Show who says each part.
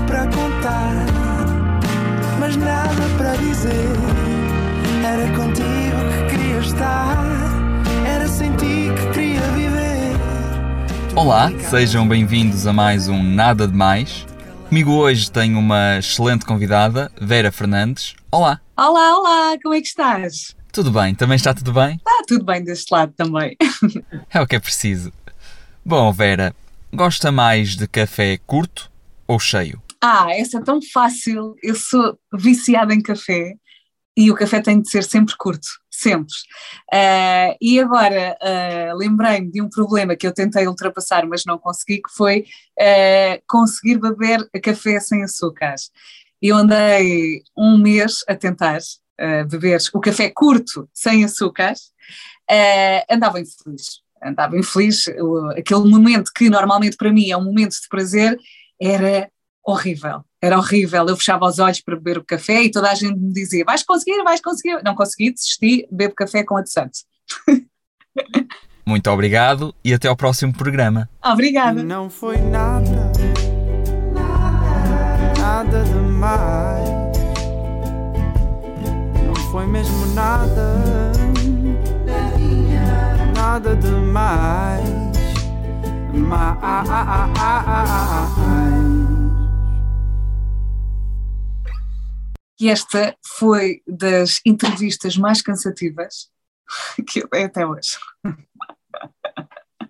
Speaker 1: para contar, mas nada para dizer. Era contigo que queria estar, era sem ti que queria viver.
Speaker 2: Olá, sejam bem-vindos a mais um Nada de Mais. Comigo hoje tenho uma excelente convidada, Vera Fernandes. Olá.
Speaker 3: Olá, como é que estás?
Speaker 2: Tudo bem, também está tudo bem?
Speaker 3: Está tudo bem deste lado também.
Speaker 2: É o que é preciso. Bom, Vera, gosta mais de café curto ou cheio?
Speaker 3: Essa é tão fácil. Eu sou viciada em café e o café tem de ser sempre curto, sempre. E agora lembrei-me de um problema que eu tentei ultrapassar, mas não consegui, que foi conseguir beber café sem açúcar. Eu andei um mês a tentar beber o café curto sem açúcar, andava infeliz, aquele momento que normalmente para mim é um momento de prazer, era horrível, eu fechava os olhos para beber o café e toda a gente me dizia, vais conseguir, não consegui, desisti, bebo café com adoçante.
Speaker 2: Muito obrigado e até ao próximo programa.
Speaker 3: Obrigada.
Speaker 1: Não foi nada, nada demais. Não foi mesmo nada, nada demais.
Speaker 3: E esta foi das entrevistas mais cansativas que eu dei até hoje.